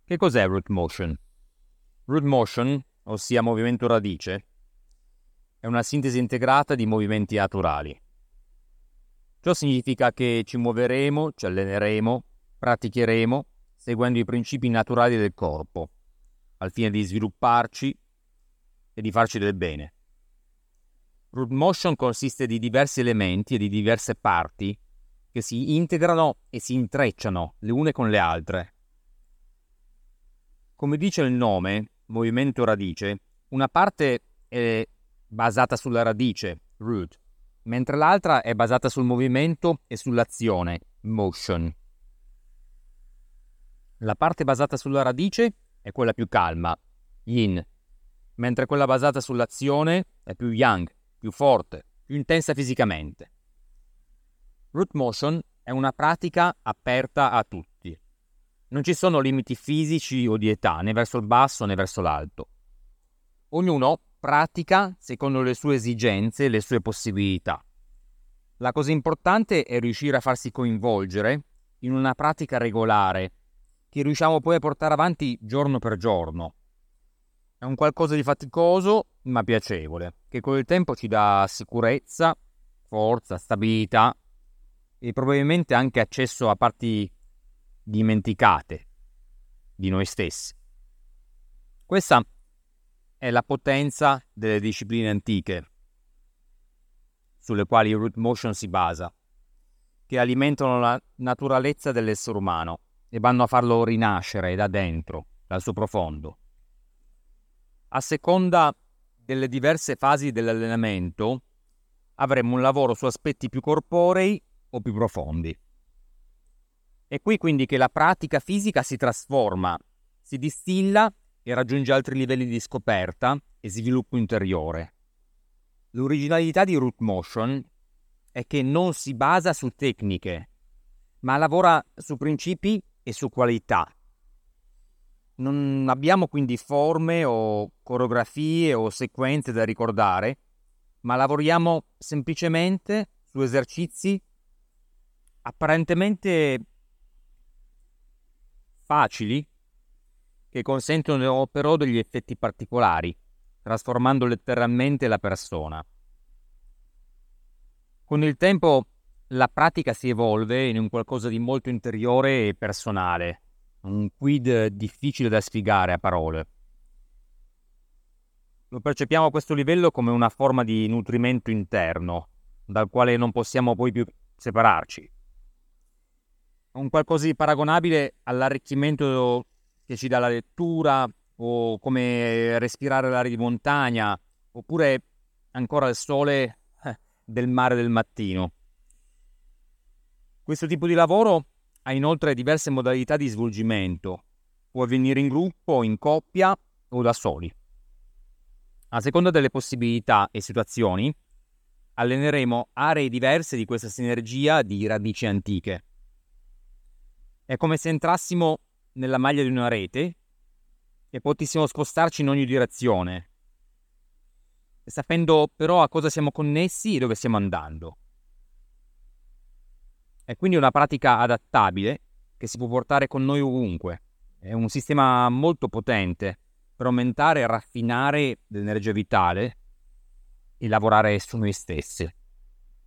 Che cos'è root motion? Root motion, ossia movimento radice, è una sintesi integrata di movimenti naturali. Ciò significa che ci muoveremo, ci alleneremo, praticheremo seguendo i principi naturali del corpo, al fine di svilupparci e di farci del bene. Root motion consiste di diversi elementi e di diverse parti che si integrano e si intrecciano le une con le altre. Come dice il nome, movimento radice, una parte è basata sulla radice, root, mentre l'altra è basata sul movimento e sull'azione, motion. La parte basata sulla radice è quella più calma, yin, mentre quella basata sull'azione è più yang, più forte, più intensa fisicamente. Root motion è una pratica aperta a tutti. Non ci sono limiti fisici o di età, né verso il basso né verso l'alto. Ognuno pratica secondo le sue esigenze e le sue possibilità. La cosa importante è riuscire a farsi coinvolgere in una pratica regolare che riusciamo poi a portare avanti giorno per giorno. È un qualcosa di faticoso ma piacevole, che con il tempo ci dà sicurezza, forza, stabilità e probabilmente anche accesso a parti dimenticate di noi stessi. Questa è la potenza delle discipline antiche sulle quali il root motion si basa, che alimentano la naturalezza dell'essere umano e vanno a farlo rinascere da dentro, dal suo profondo. A seconda delle diverse fasi dell'allenamento avremo un lavoro su aspetti più corporei o più profondi. È qui quindi che la pratica fisica si trasforma, si distilla e raggiunge altri livelli di scoperta e sviluppo interiore. L'originalità di root motion è che non si basa su tecniche, ma lavora su principi e su qualità. Non abbiamo quindi forme o coreografie o sequenze da ricordare, ma lavoriamo semplicemente su esercizi apparentemente facili che consentono però degli effetti particolari, trasformando letteralmente la persona. Con il tempo la pratica si evolve in un qualcosa di molto interiore e personale, un quid difficile da spiegare a parole. Lo percepiamo a questo livello come una forma di nutrimento interno, dal quale non possiamo poi più separarci. Un qualcosa di paragonabile all'arricchimento che ci dà la lettura, o come respirare l'aria di montagna, oppure ancora il sole del mare del mattino. Questo tipo di lavoro ha inoltre diverse modalità di svolgimento. Può avvenire in gruppo, in coppia o da soli. A seconda delle possibilità e situazioni, alleneremo aree diverse di questa sinergia di radici antiche. È come se entrassimo nella maglia di una rete e potessimo spostarci in ogni direzione, sapendo però a cosa siamo connessi e dove stiamo andando. È quindi una pratica adattabile che si può portare con noi ovunque. È un sistema molto potente per aumentare e raffinare l'energia vitale e lavorare su noi stessi.